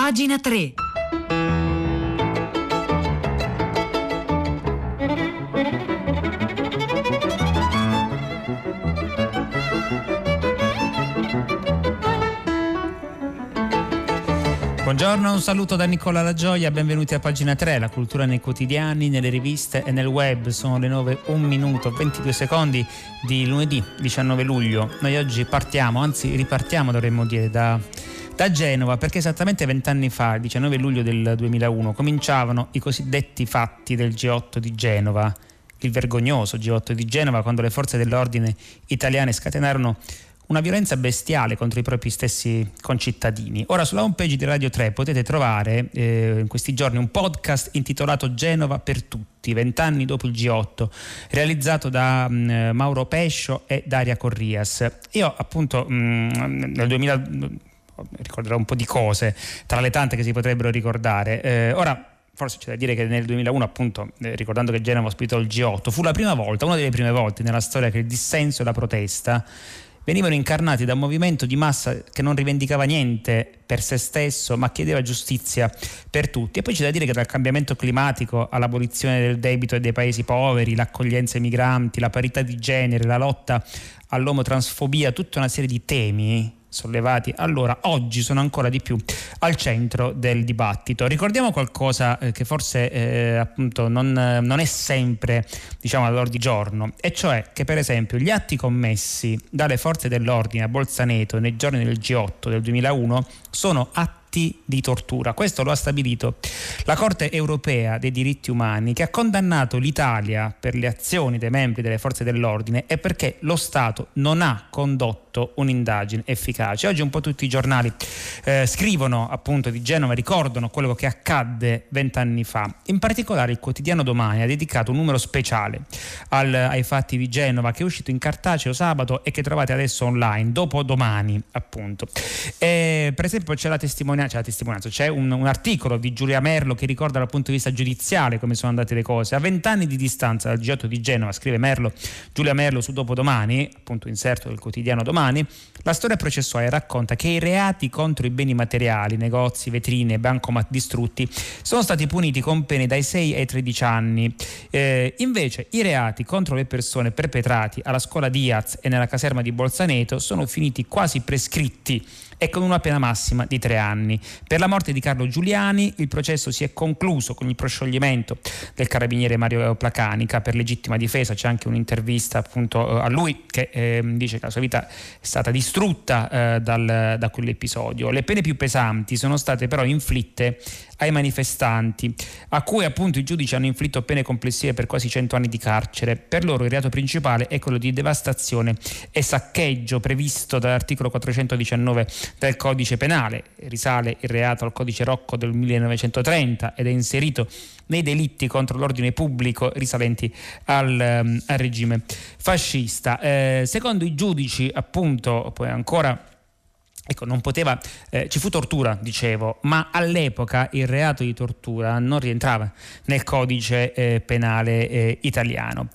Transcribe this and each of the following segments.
Pagina 3. Buongiorno, un saluto da Nicola La Gioia, benvenuti a Pagina 3, la cultura nei quotidiani, nelle riviste e nel web. Sono le 9, 1 minuto, 22 secondi di lunedì 19 luglio. Noi oggi ripartiamo dovremmo dire da Genova, perché esattamente 20 anni fa, il 19 luglio del 2001, cominciavano i cosiddetti fatti del G8 di Genova, il vergognoso G8 di Genova, quando le forze dell'ordine italiane scatenarono una violenza bestiale contro i propri stessi concittadini. Ora sulla homepage di Radio 3 potete trovare in questi giorni un podcast intitolato Genova per tutti, 20 anni dopo il G8, realizzato da Mauro Pescio e Daria Corrias. Io appunto nel 2000 ricorderò un po' di cose tra le tante che si potrebbero ricordare. Ora forse c'è da dire che nel 2001, appunto, ricordando che Genova ospitò il G8, fu la prima volta, una delle prime volte nella storia, che il dissenso e la protesta venivano incarnati da un movimento di massa che non rivendicava niente per se stesso, ma chiedeva giustizia per tutti. E poi c'è da dire che dal cambiamento climatico all'abolizione del debito e dei paesi poveri, l'accoglienza ai migranti, la parità di genere, la lotta all'omotransfobia, tutta una serie di temi sollevati allora, oggi sono ancora di più al centro del dibattito. Ricordiamo qualcosa che forse appunto non è sempre, diciamo, all'ordine di giorno, e cioè che per esempio gli atti commessi dalle forze dell'ordine a Bolzaneto nei giorni del G8 del 2001 sono atti di tortura. Questo lo ha stabilito la Corte europea dei diritti umani, che ha condannato l'Italia per le azioni dei membri delle forze dell'ordine e perché lo Stato non ha condotto un'indagine efficace. Oggi un po' tutti i giornali scrivono appunto di Genova, ricordano quello che accadde 20 anni fa. In particolare il quotidiano Domani ha dedicato un numero speciale ai fatti di Genova, che è uscito in cartaceo sabato e che trovate adesso online, dopo domani appunto. Per esempio c'è un articolo di Giulia Merlo che ricorda dal punto di vista giudiziale come sono andate le cose. A 20 anni di distanza dal G8 di Genova, scrive Giulia Merlo su Dopodomani, appunto inserto del quotidiano Domani, la storia processuale racconta che i reati contro i beni materiali, negozi, vetrine, bancomat distrutti, sono stati puniti con pene dai 6 ai 13 anni. Invece i reati contro le persone perpetrati alla scuola Diaz e nella caserma di Bolzaneto sono finiti quasi prescritti e con una pena massima di 3 anni. Per la morte di Carlo Giuliani il processo si è concluso con il proscioglimento del carabiniere Mario Placanica per legittima difesa. C'è anche un'intervista appunto a lui che dice che la sua vita è stata distrutta da quell'episodio. Le pene più pesanti sono state però inflitte ai manifestanti, a cui appunto i giudici hanno inflitto pene complessive per quasi 100 anni di carcere. Per loro il reato principale è quello di devastazione e saccheggio previsto dall'articolo 419 del codice penale. Risale il reato al codice Rocco del 1930 ed è inserito nei delitti contro l'ordine pubblico risalenti al regime fascista. Secondo i giudici, appunto, poi ancora, ecco, non poteva, ci fu tortura, dicevo, ma all'epoca il reato di tortura non rientrava nel codice penale italiano.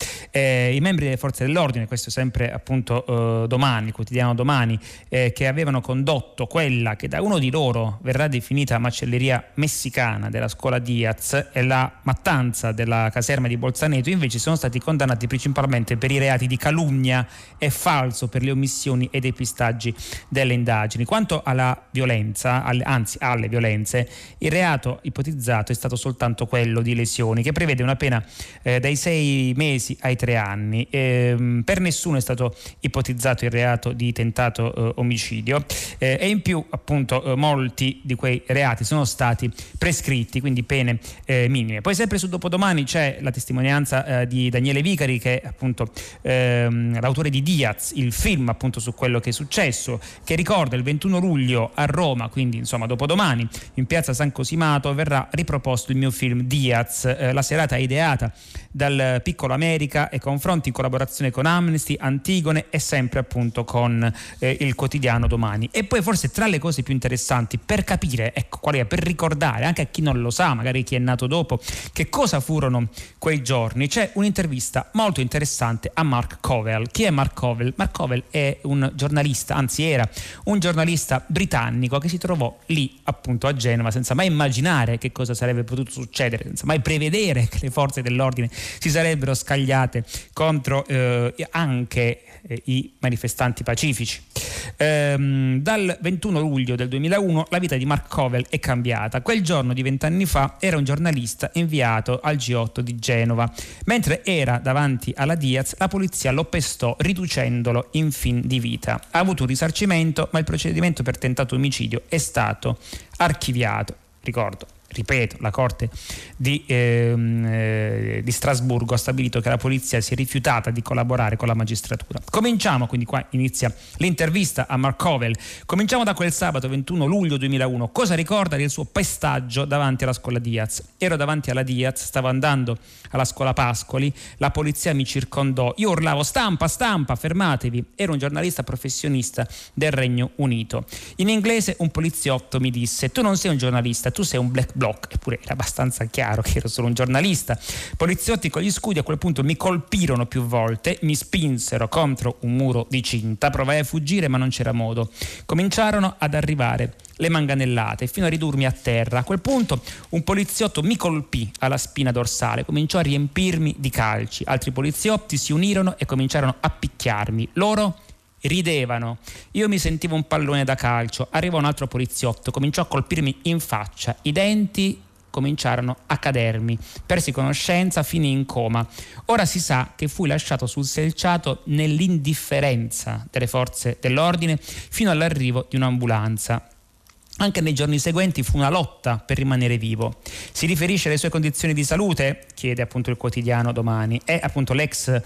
I membri delle forze dell'ordine, questo sempre appunto Domani, il quotidiano Domani, che avevano condotto quella che da uno di loro verrà definita macelleria messicana della scuola Diaz e la mattanza della caserma di Bolzaneto, invece sono stati condannati principalmente per i reati di calunnia e falso per le omissioni e depistaggi delle indagini. Quanto alla violenza, alle violenze, il reato ipotizzato è stato soltanto quello di lesioni, che prevede una pena dai 6 mesi ai 3 anni. Per nessuno è stato ipotizzato il reato di tentato omicidio e in più appunto molti di quei reati sono stati prescritti, quindi pene minime. Poi sempre su Dopodomani c'è la testimonianza di Daniele Vicari, che è appunto l'autore di Diaz, il film appunto su quello che è successo, che ricorda il 21 luglio a Roma, quindi insomma dopodomani, in piazza San Cosimato verrà riproposto il mio film Diaz. La serata è ideata dal Piccolo America e confronti in collaborazione con Amnesty, Antigone e sempre appunto con il quotidiano Domani. E poi forse tra le cose più interessanti per capire, ecco qual è, per ricordare anche a chi non lo sa, magari chi è nato dopo, che cosa furono quei giorni, c'è un'intervista molto interessante a Mark Covell. Chi è Mark Covell? Mark Covell è un giornalista, anzi era un giornalista giornalista britannico che si trovò lì appunto a Genova senza mai immaginare che cosa sarebbe potuto succedere, senza mai prevedere che le forze dell'ordine si sarebbero scagliate contro anche i manifestanti pacifici. Dal 21 luglio del 2001 la vita di Mark Covell è cambiata. Quel giorno di 20 anni fa era un giornalista inviato al G8 di Genova. Mentre era davanti alla Diaz, la polizia lo pestò riducendolo in fin di vita. Ha avuto un risarcimento, ma il procedimento per tentato omicidio è stato archiviato. Ripeto, la Corte di Strasburgo ha stabilito che la polizia si è rifiutata di collaborare con la magistratura. Cominciamo, quindi qua inizia l'intervista a Mark Covell. Cominciamo da quel sabato 21 luglio 2001. Cosa ricorda del suo pestaggio davanti alla scuola Diaz? Ero davanti alla Diaz, stavo andando alla scuola Pascoli, la polizia mi circondò, io urlavo stampa, fermatevi. Ero un giornalista professionista del Regno Unito. In inglese un poliziotto mi disse: tu non sei un giornalista, tu sei un black bloc. Eppure era abbastanza chiaro che ero solo un giornalista. Poliziotti con gli scudi a quel punto mi colpirono più volte, mi spinsero contro un muro di cinta, provai a fuggire ma non c'era modo. Cominciarono ad arrivare le manganellate fino a ridurmi a terra. A quel punto un poliziotto mi colpì alla spina dorsale, cominciò a riempirmi di calci. Altri poliziotti si unirono e cominciarono a picchiarmi. Loro ridevano, io mi sentivo un pallone da calcio. Arrivò un altro poliziotto, cominciò a colpirmi in faccia, i denti cominciarono a cadermi, persi conoscenza, finì in coma. Ora si sa che fui lasciato sul selciato nell'indifferenza delle forze dell'ordine fino all'arrivo di un'ambulanza. Anche nei giorni seguenti fu una lotta per rimanere vivo. Si riferisce alle sue condizioni di salute? Chiede appunto il quotidiano Domani. È appunto l'ex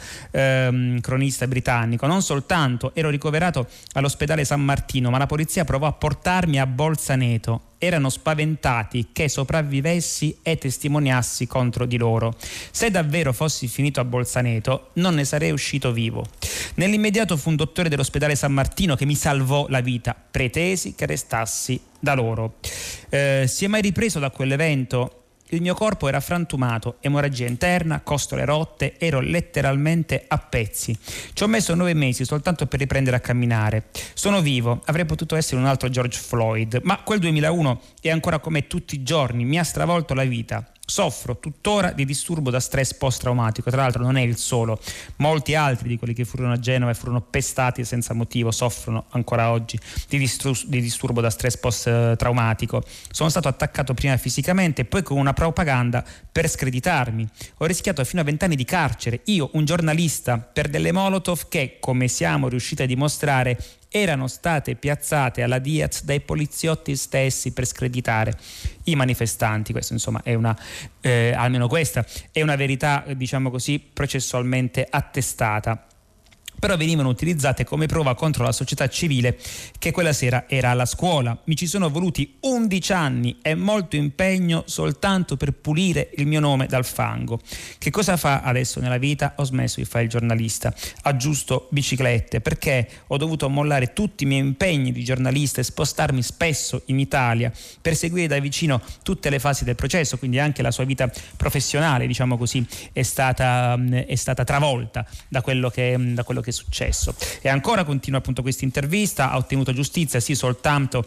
cronista britannico. Non soltanto ero ricoverato all'ospedale San Martino, ma la polizia provò a portarmi a Bolzaneto. Erano spaventati che sopravvivessi e testimoniassi contro di loro. Se davvero fossi finito a Bolzaneto, non ne sarei uscito vivo. Nell'immediato fu un dottore dell'ospedale San Martino che mi salvò la vita. Pretesi che restassi da loro. Si è mai ripreso da quell'evento? Il mio corpo era frantumato, emorragia interna, costole rotte, ero letteralmente a pezzi. Ci ho messo 9 mesi soltanto per riprendere a camminare. Sono vivo, avrei potuto essere un altro George Floyd, ma quel 2001 è ancora come tutti i giorni, mi ha stravolto la vita. Soffro tuttora di disturbo da stress post-traumatico, tra l'altro non è il solo. Molti altri di quelli che furono a Genova e furono pestati senza motivo soffrono ancora oggi di disturbo da stress post-traumatico. Sono stato attaccato prima fisicamente e poi con una propaganda per screditarmi. Ho rischiato fino a 20 anni di carcere, io, un giornalista, per delle Molotov che, come siamo riusciti a dimostrare, erano state piazzate alla Diaz dai poliziotti stessi per screditare i manifestanti. Questo insomma è una almeno questa è una verità, diciamo così, processualmente attestata. Però venivano utilizzate come prova contro la società civile che quella sera era alla scuola. Mi ci sono voluti 11 anni e molto impegno soltanto per pulire il mio nome dal fango. Che cosa fa adesso nella vita? Ho smesso di fare il giornalista, aggiusto biciclette, perché ho dovuto mollare tutti i miei impegni di giornalista e spostarmi spesso in Italia per seguire da vicino tutte le fasi del processo, quindi anche la sua vita professionale, diciamo così, è stata travolta da quello che è successo. E ancora continua appunto questa intervista: ha ottenuto giustizia, sì, soltanto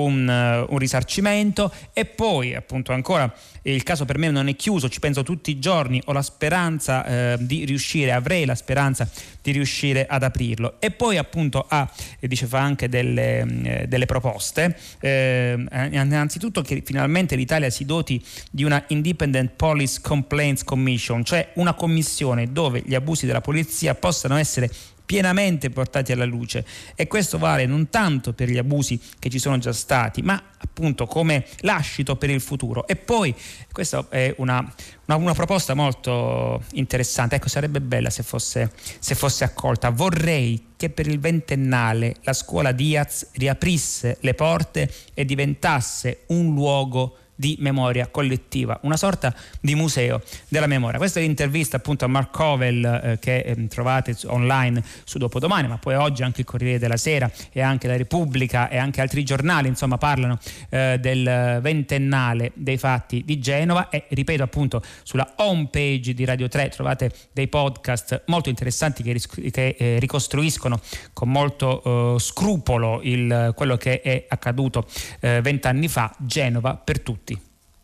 un risarcimento. E poi appunto ancora il caso per me non è chiuso, ci penso tutti i giorni, ho la speranza avrei la speranza di riuscire ad aprirlo. E poi appunto fa anche delle proposte, innanzitutto che finalmente l'Italia si doti di una Independent Police Complaints Commission, cioè una commissione dove gli abusi della polizia possano essere pienamente portati alla luce, e questo vale non tanto per gli abusi che ci sono già stati, ma appunto come lascito per il futuro. E poi questa è una proposta molto interessante, ecco, sarebbe bella se fosse accolta. Vorrei che per il 20ennale la scuola Diaz riaprisse le porte e diventasse un luogo di memoria collettiva, una sorta di museo della memoria. Questa è l'intervista appunto a Mark Covell che trovate online su Dopodomani, ma poi oggi anche il Corriere della Sera e anche la Repubblica e anche altri giornali insomma parlano del ventennale dei fatti di Genova, e ripeto appunto sulla home page di Radio 3 trovate dei podcast molto interessanti che ricostruiscono con molto scrupolo quello che è accaduto 20 anni fa. Genova per tutti.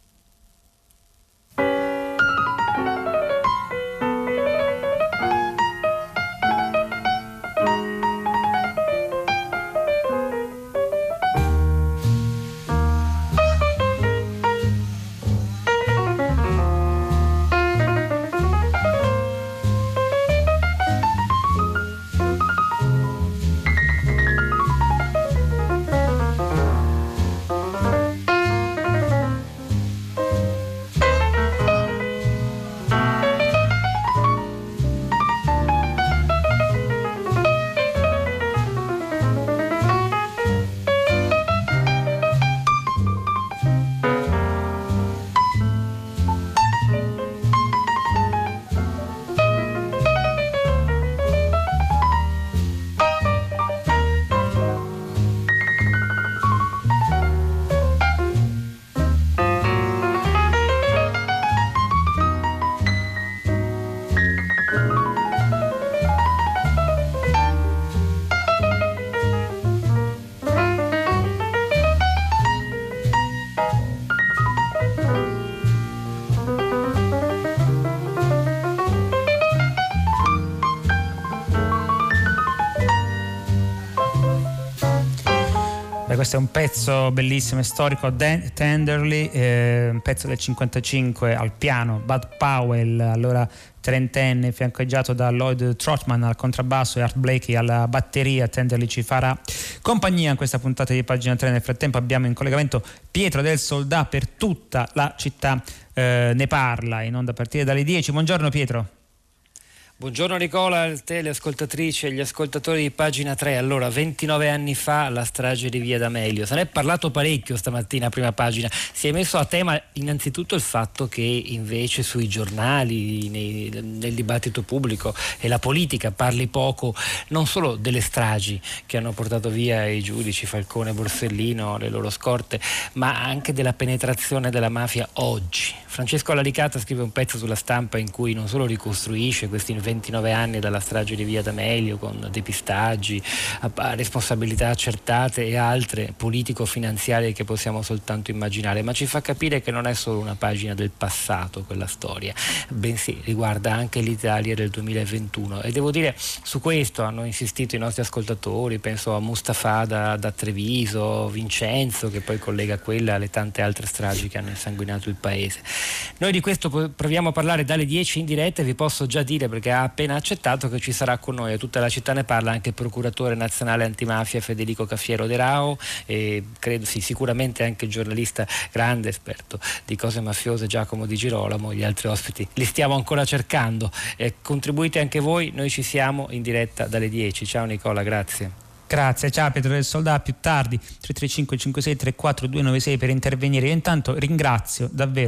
Questo è un pezzo bellissimo e storico, Tenderly, un pezzo del 55 al piano, Bud Powell, allora trentenne, fiancheggiato da Lloyd Trotman al contrabbasso e Art Blakey alla batteria. Tenderly ci farà compagnia in questa puntata di Pagina 3. Nel frattempo abbiamo in collegamento Pietro del Soldà per tutta la città, ne parla, in onda a partire dalle 10. Buongiorno Pietro. Buongiorno Nicola, a te, le ascoltatrici e gli ascoltatori di Pagina 3. Allora, 29 anni fa la strage di Via D'Amelio. Se ne è parlato parecchio stamattina a Prima Pagina. Si è messo a tema innanzitutto il fatto che invece sui giornali, nel dibattito pubblico e la politica parli poco non solo delle stragi che hanno portato via i giudici Falcone e Borsellino, le loro scorte, ma anche della penetrazione della mafia oggi. Francesco Allalicata scrive un pezzo sulla Stampa in cui non solo ricostruisce questi 29 anni dalla strage di Via D'Amelio con depistaggi, responsabilità accertate e altre politico-finanziarie che possiamo soltanto immaginare, ma ci fa capire che non è solo una pagina del passato quella storia, bensì riguarda anche l'Italia del 2021. E devo dire, su questo hanno insistito i nostri ascoltatori, penso a Mustafa da Treviso, Vincenzo che poi collega quella alle tante altre stragi che hanno insanguinato il paese. Noi di questo proviamo a parlare dalle 10 in diretta e vi posso già dire, perché ha appena accettato, che ci sarà con noi a Tutta la città ne parla anche il procuratore nazionale antimafia Federico Cafiero De Rao, e credo sicuramente anche il giornalista grande esperto di cose mafiose Giacomo Di Girolamo. Gli altri ospiti li stiamo ancora cercando. Contribuite anche voi, noi ci siamo in diretta dalle 10. Ciao Nicola, grazie. Grazie, ciao Pietro del Soldà, più tardi 335 56 34 296 per intervenire. Io intanto vi ringrazio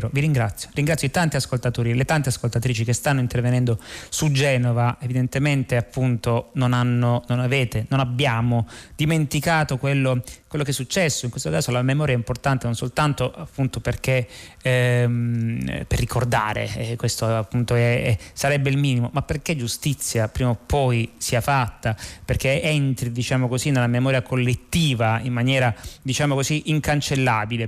i tanti ascoltatori e le tante ascoltatrici che stanno intervenendo su Genova. Evidentemente appunto non abbiamo dimenticato quello che è successo. In questo caso la memoria è importante non soltanto appunto perché per ricordare, questo appunto sarebbe il minimo, ma perché giustizia prima o poi sia fatta, perché entri diciamo così nella memoria collettiva in maniera diciamo così incancellabile.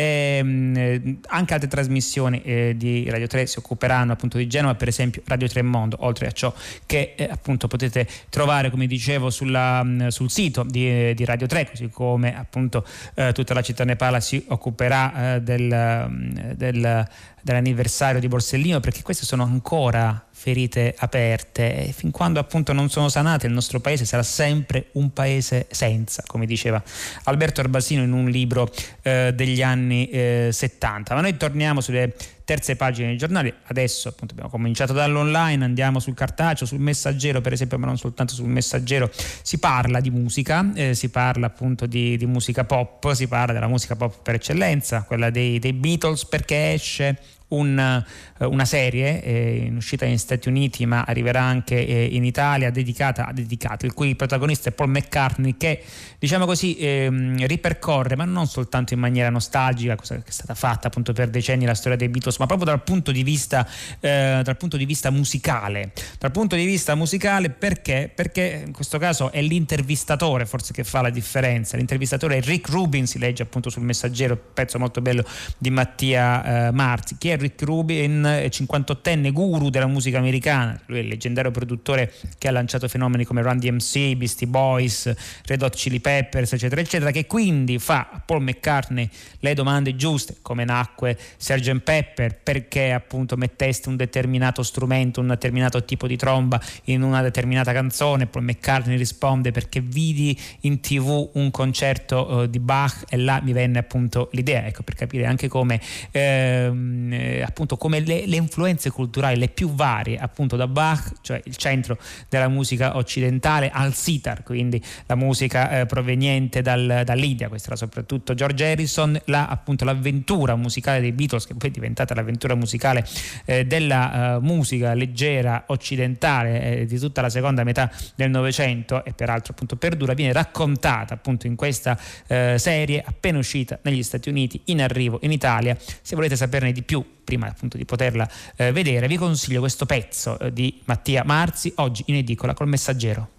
Anche altre trasmissioni di Radio 3 si occuperanno appunto di Genova, per esempio Radio 3 Mondo, oltre a ciò che appunto potete trovare, come dicevo, sul sito di Radio 3, così come appunto Tutta la città ne parla si occuperà dell'anniversario di Borsellino, perché queste sono ancora ferite aperte, e fin quando appunto non sono sanate il nostro paese sarà sempre un paese senza, come diceva Alberto Arbasino in un libro degli anni 70. Ma noi torniamo sulle terze pagine dei giornali. Adesso appunto abbiamo cominciato dall'online, andiamo sul cartaceo, sul Messaggero per esempio, ma non soltanto sul Messaggero. Si parla di musica, si parla appunto di musica pop, si parla della musica pop per eccellenza, quella dei Beatles, perché esce una serie in uscita negli Stati Uniti, ma arriverà anche in Italia, dedicata, il cui protagonista è Paul McCartney, che diciamo così ripercorre, ma non soltanto in maniera nostalgica, cosa che è stata fatta appunto per decenni, la storia dei Beatles, ma proprio dal punto di vista musicale. Dal punto di vista musicale perché in questo caso è l'intervistatore forse che fa la differenza. L'intervistatore è Rick Rubin, si legge appunto sul Messaggero, pezzo molto bello di Mattia Marzi. Chi è Rick Rubin? 58enne guru della musica americana, lui è il leggendario produttore che ha lanciato fenomeni come Run DMC, Beastie Boys, Red Hot Chili Peppers, eccetera eccetera, che quindi fa a Paul McCartney le domande giuste: come nacque Sgt. Pepper, perché appunto metteste un determinato strumento, un determinato tipo di tromba in una determinata canzone. Paul McCartney risponde: perché vidi in TV un concerto di Bach e là mi venne appunto l'idea. Ecco, per capire anche come appunto come le influenze culturali le più varie, appunto da Bach, cioè il centro della musica occidentale, al sitar, quindi la musica proveniente dall'India. Questa era soprattutto George Harrison, appunto l'avventura musicale dei Beatles, che poi è diventata l'avventura musicale della musica leggera occidentale di tutta la seconda metà del Novecento, e peraltro appunto perdura, viene raccontata appunto in questa serie appena uscita negli Stati Uniti, in arrivo in Italia. Se volete saperne di più, prima appunto di poterla vedere, vi consiglio questo pezzo di Mattia Marzi, oggi in edicola col Messaggero.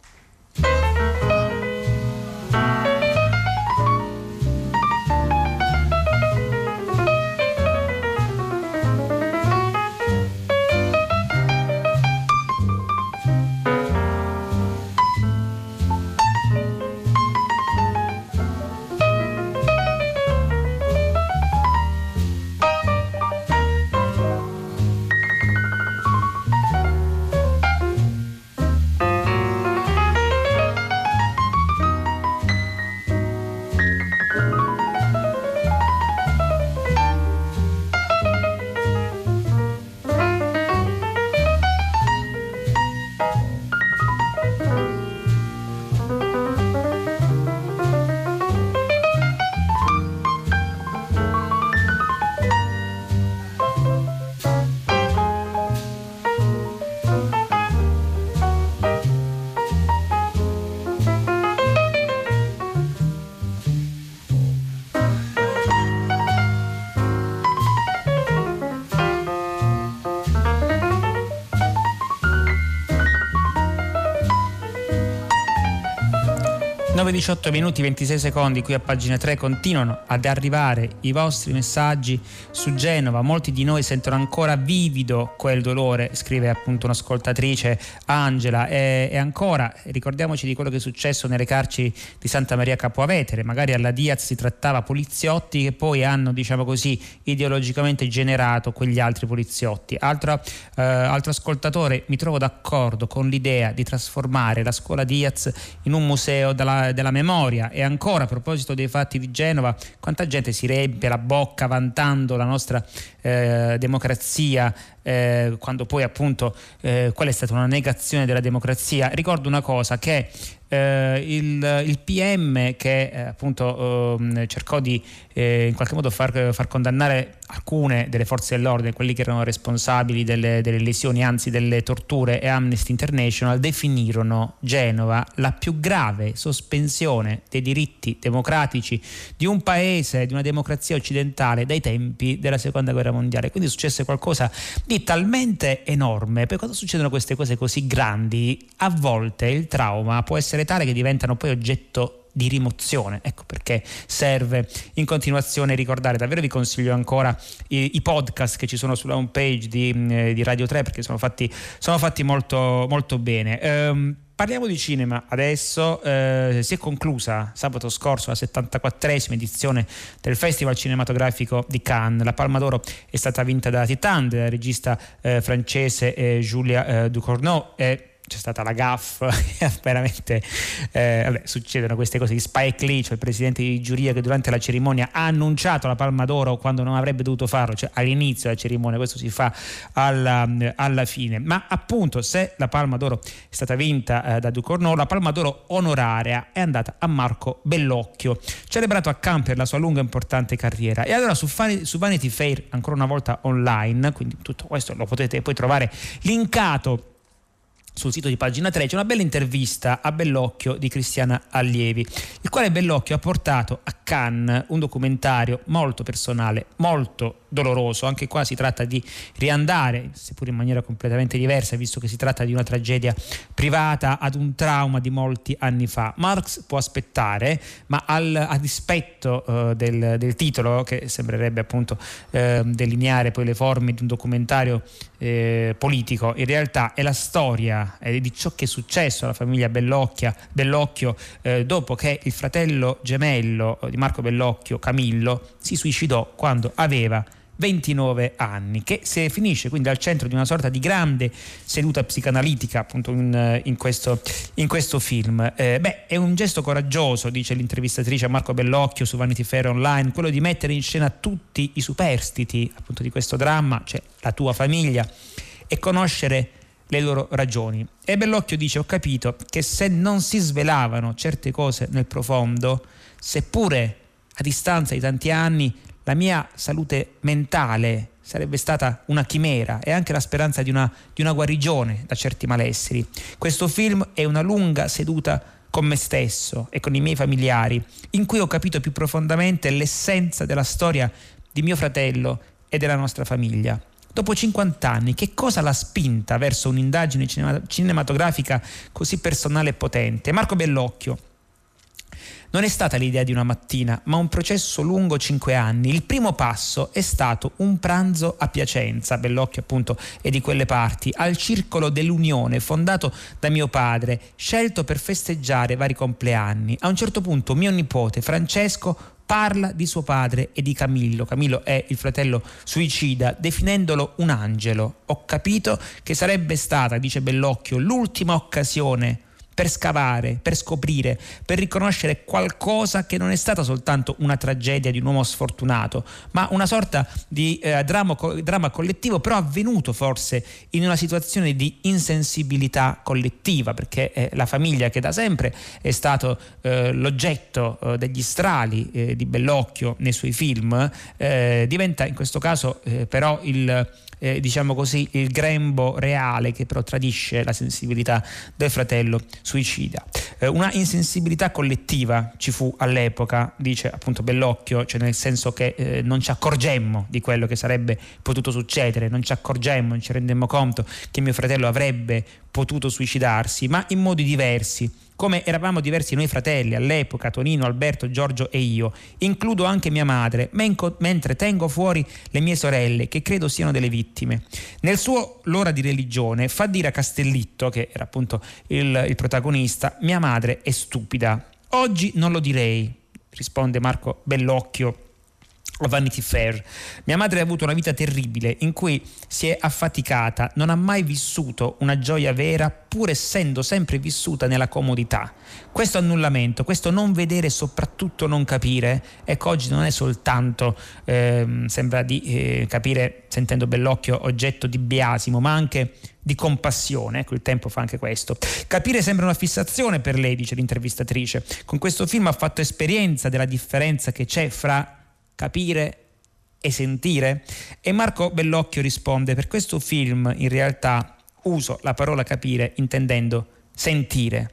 Ore 18 minuti 26 secondi qui a pagina 3. Continuano ad arrivare i vostri messaggi su Genova. Molti di noi sentono ancora vivido quel dolore, scrive appunto un'ascoltatrice, Angela, e ancora ricordiamoci di quello che è successo nelle carceri di Santa Maria Capua Vetere. Magari alla Diaz si trattava poliziotti che poi hanno, diciamo così, ideologicamente generato quegli altri poliziotti. Altro ascoltatore: mi trovo d'accordo con l'idea di trasformare la scuola Diaz in un museo della memoria. E ancora, a proposito dei fatti di Genova, quanta gente si riempie la bocca vantando la nostra democrazia, quando poi appunto quella è stata una negazione della democrazia. Ricordo una cosa, che il PM che appunto cercò di in qualche modo far condannare alcune delle forze dell'ordine, quelli che erano responsabili delle lesioni, anzi delle torture, e Amnesty International definirono Genova la più grave sospensione dei diritti democratici di un paese, di una democrazia occidentale dai tempi della seconda guerra mondiale. Quindi successe qualcosa di talmente enorme. Poi quando succedono queste cose così grandi, a volte il trauma può essere tale che diventano poi oggetto di rimozione. Ecco perché serve in continuazione ricordare. Davvero vi consiglio ancora i podcast che ci sono sulla home page di Radio 3, perché sono fatti molto, molto bene. Parliamo di cinema adesso. Si è conclusa sabato scorso la 74esima edizione del Festival Cinematografico di Cannes. La Palma d'Oro è stata vinta da Titane, della regista francese Julia Ducournau. C'è stata la gaffe, veramente succedono queste cose di Spike Lee, cioè il presidente di giuria, che durante la cerimonia ha annunciato la Palma d'Oro quando non avrebbe dovuto farlo, cioè all'inizio della cerimonia. Questo si fa alla fine. Ma appunto, se la Palma d'Oro è stata vinta da Ducournau, la Palma d'Oro onoraria è andata a Marco Bellocchio, celebrato a Cannes per la sua lunga e importante carriera. E allora su Vanity Fair, ancora una volta online, quindi tutto questo lo potete poi trovare linkato sul sito di Pagina 3, c'è una bella intervista a Bellocchio di Cristiana Allievi, il quale Bellocchio ha portato a Cannes un documentario molto personale, molto doloroso. Anche qua si tratta di riandare, seppur in maniera completamente diversa, visto che si tratta di una tragedia privata, ad un trauma di molti anni fa. Marx può aspettare, ma a dispetto del titolo, che sembrerebbe appunto delineare poi le forme di un documentario politico, in realtà è la storia di ciò che è successo alla famiglia Bellocchio dopo che il fratello gemello di Marco Bellocchio, Camillo, si suicidò quando aveva 29 anni, che si finisce quindi al centro di una sorta di grande seduta psicanalitica, appunto in questo film. È un gesto coraggioso, dice l'intervistatrice a Marco Bellocchio su Vanity Fair Online, quello di mettere in scena tutti i superstiti appunto di questo dramma, cioè la tua famiglia, e conoscere le loro ragioni. E Bellocchio dice: ho capito che se non si svelavano certe cose nel profondo, seppure a distanza di tanti anni, la mia salute mentale sarebbe stata una chimera e anche la speranza di una guarigione da certi malesseri. Questo film è una lunga seduta con me stesso e con i miei familiari, in cui ho capito più profondamente l'essenza della storia di mio fratello e della nostra famiglia. Dopo 50 anni, che cosa l'ha spinta verso un'indagine cinematografica così personale e potente? Marco Bellocchio: non è stata l'idea di una mattina, ma un processo lungo 5 anni. Il primo passo è stato un pranzo a Piacenza, Bellocchio appunto è di quelle parti, al Circolo dell'Unione, fondato da mio padre, scelto per festeggiare vari compleanni. A un certo punto mio nipote Francesco parla di suo padre e di Camillo. Camillo è il fratello suicida, definendolo un angelo. Ho capito che sarebbe stata, dice Bellocchio, l'ultima occasione per scavare, per scoprire, per riconoscere qualcosa che non è stata soltanto una tragedia di un uomo sfortunato, ma una sorta di dramma collettivo, però avvenuto forse in una situazione di insensibilità collettiva, perché la famiglia, che da sempre è stato l'oggetto degli strali di Bellocchio nei suoi film, diventa in questo caso però diciamo così, il grembo reale che però tradisce la sensibilità del fratello suicida. Una insensibilità collettiva ci fu all'epoca, dice appunto Bellocchio, cioè nel senso che non ci accorgemmo di quello che sarebbe potuto succedere, non ci rendemmo conto che mio fratello avrebbe potuto suicidarsi, ma in modi diversi, come eravamo diversi noi fratelli all'epoca, Tonino, Alberto, Giorgio e io. Includo anche mia madre, mentre tengo fuori le mie sorelle, che credo siano delle vittime. Nel suo L'ora di religione fa dire a Castellitto, che era appunto il protagonista: mia madre è stupida. Oggi non lo direi, risponde Marco Bellocchio a Vanity Fair. Mia madre ha avuto una vita terribile in cui si è affaticata, non ha mai vissuto una gioia vera, pur essendo sempre vissuta nella comodità. Questo annullamento, questo non vedere e soprattutto non capire, ecco, oggi non è soltanto sembra di capire, sentendo Bellocchio, oggetto di biasimo, ma anche di compassione. Ecco, il tempo fa anche questo. Capire sembra una fissazione per lei, dice l'intervistatrice. Con questo film ha fatto esperienza della differenza che c'è fra capire e sentire? E Marco Bellocchio risponde: per questo film in realtà uso la parola capire intendendo sentire.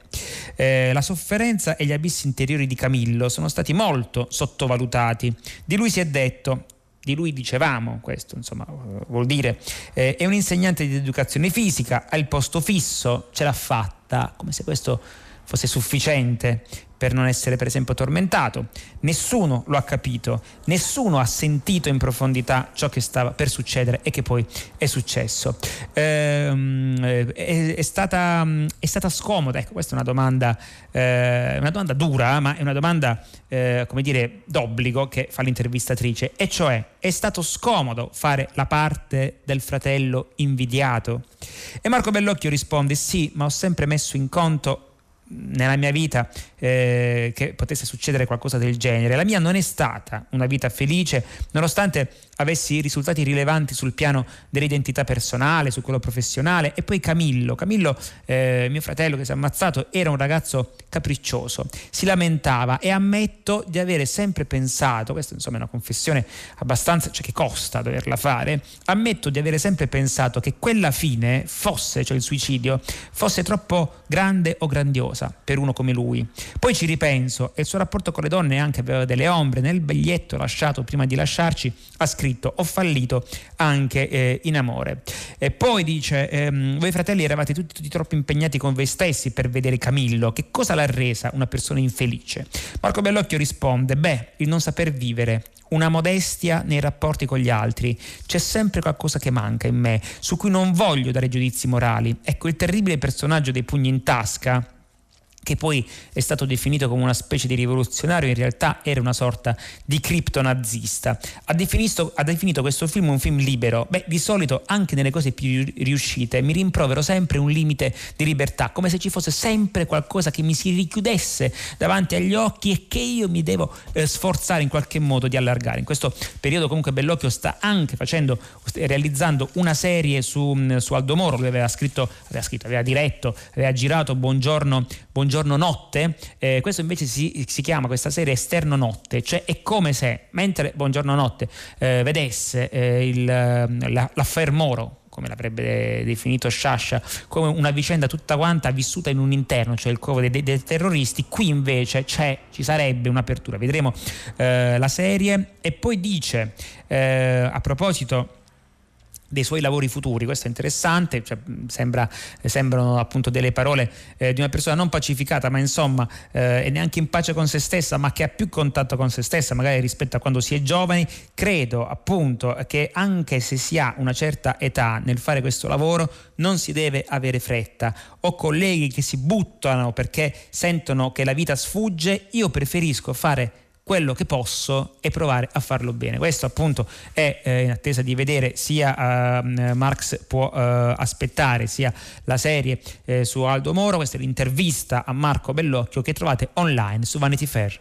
La sofferenza e gli abissi interiori di Camillo sono stati molto sottovalutati. Di lui si è detto, di lui dicevamo, questo insomma vuol dire, è un insegnante di educazione fisica, ha il posto fisso, ce l'ha fatta, come se questo fosse sufficiente per non essere per esempio tormentato. Nessuno lo ha capito, nessuno ha sentito in profondità ciò che stava per succedere e che poi è successo. È stata scomoda, ecco, questa è una domanda dura, ma è una domanda come dire d'obbligo che fa l'intervistatrice, e cioè: è stato scomodo fare la parte del fratello invidiato? E Marco Bellocchio risponde: sì, ma ho sempre messo in conto nella mia vita che potesse succedere qualcosa del genere. La mia non è stata una vita felice, nonostante avessi risultati rilevanti sul piano dell'identità personale, su quello professionale. E poi Camillo, mio fratello che si è ammazzato, era un ragazzo capriccioso, si lamentava, e ammetto di avere sempre pensato, questa insomma è una confessione abbastanza, cioè che costa doverla fare, ammetto di avere sempre pensato che quella fine fosse, cioè il suicidio, fosse troppo grande o grandiosa per uno come lui. Poi ci ripenso, e il suo rapporto con le donne anche aveva delle ombre. Nel biglietto lasciato prima di lasciarci ha scritto: ho fallito anche in amore. E poi dice: voi fratelli eravate tutti troppo impegnati con voi stessi per vedere Camillo. Che cosa l'ha resa una persona infelice? Marco Bellocchio risponde: il non saper vivere, una modestia nei rapporti con gli altri. C'è sempre qualcosa che manca in me, su cui non voglio dare giudizi morali. Ecco, il terribile personaggio dei pugni in tasca, che poi è stato definito come una specie di rivoluzionario, in realtà era una sorta di criptonazista. Ha definito questo film un film libero. Di solito anche nelle cose più riuscite mi rimprovero sempre un limite di libertà, come se ci fosse sempre qualcosa che mi si richiudesse davanti agli occhi e che io mi devo sforzare in qualche modo di allargare. In questo periodo comunque Bellocchio sta anche realizzando una serie su Aldo Moro. Lui aveva diretto, aveva girato Buongiorno Notte. Questo invece si chiama, questa serie, Esterno Notte, cioè è come se mentre Buongiorno Notte vedesse l'affair Moro, come l'avrebbe definito Sciascia, come una vicenda tutta quanta vissuta in un interno, cioè il covo dei terroristi. Qui invece ci sarebbe un'apertura. Vedremo la serie. E poi dice, a proposito dei suoi lavori futuri, questo è interessante, cioè, sembrano appunto delle parole di una persona non pacificata, ma insomma e neanche in pace con se stessa, ma che ha più contatto con se stessa magari rispetto a quando si è giovani. Credo appunto che anche se si ha una certa età nel fare questo lavoro non si deve avere fretta. Ho colleghi che si buttano perché sentono che la vita sfugge. Io preferisco fare quello che posso e provare a farlo bene. Questo appunto è in attesa di vedere sia Marx può aspettare, sia la serie su Aldo Moro. Questa è l'intervista a Marco Bellocchio che trovate online su Vanity Fair.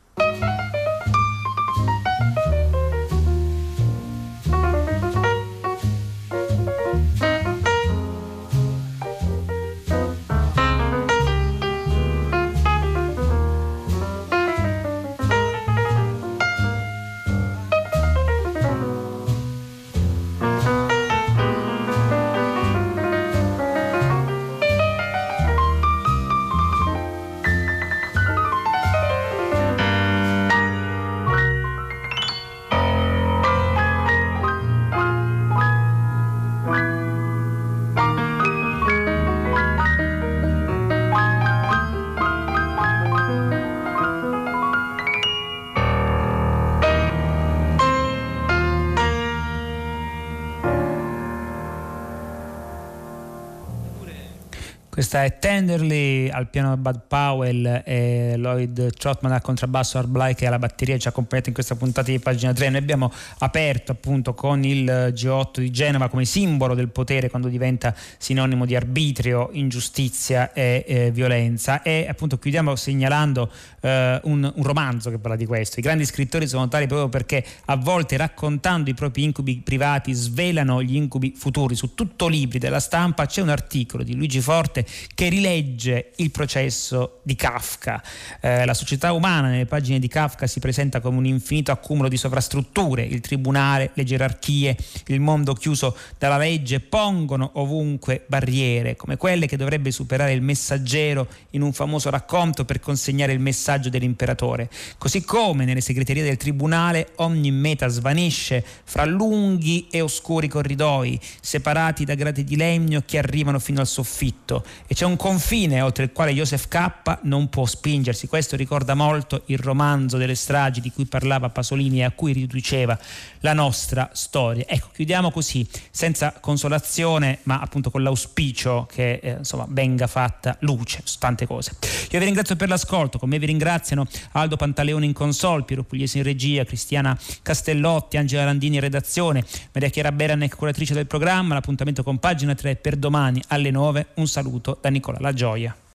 Questa è Tenderly al piano Bud Powell e Lloyd Trotman al contrabbasso, Art Bly che alla batteria ci ha accompagnato in questa puntata di Pagina 3. Noi abbiamo aperto appunto con il G8 di Genova come simbolo del potere quando diventa sinonimo di arbitrio, ingiustizia e violenza, e appunto chiudiamo segnalando un romanzo che parla di questo. I grandi scrittori sono tali proprio perché a volte, raccontando i propri incubi privati, svelano gli incubi futuri. Su Tutto Libri della Stampa c'è un articolo di Luigi Forte che rilegge il processo di Kafka. La società umana nelle pagine di Kafka si presenta come un infinito accumulo di sovrastrutture. Il tribunale, le gerarchie, il mondo chiuso dalla legge pongono ovunque barriere, come quelle che dovrebbe superare il messaggero in un famoso racconto per consegnare il messaggio dell'imperatore. Così come nelle segreterie del tribunale ogni meta svanisce fra lunghi e oscuri corridoi separati da grate di legno che arrivano fino al soffitto. e c'è un confine oltre il quale Joseph K. non può spingersi. Questo ricorda molto il romanzo delle stragi di cui parlava Pasolini e a cui riduceva la nostra storia. Ecco, chiudiamo così, senza consolazione, ma appunto con l'auspicio che venga fatta luce su tante cose. Io vi ringrazio per l'ascolto, con me vi ringraziano Aldo Pantaleone in console, Piero Pugliese in regia, Cristiana Castellotti, Angela Landini in redazione, Maria Chiara Beranec, curatrice del programma. L'appuntamento con Pagina 3 per domani alle 9. Un saluto da Nicola La Gioia.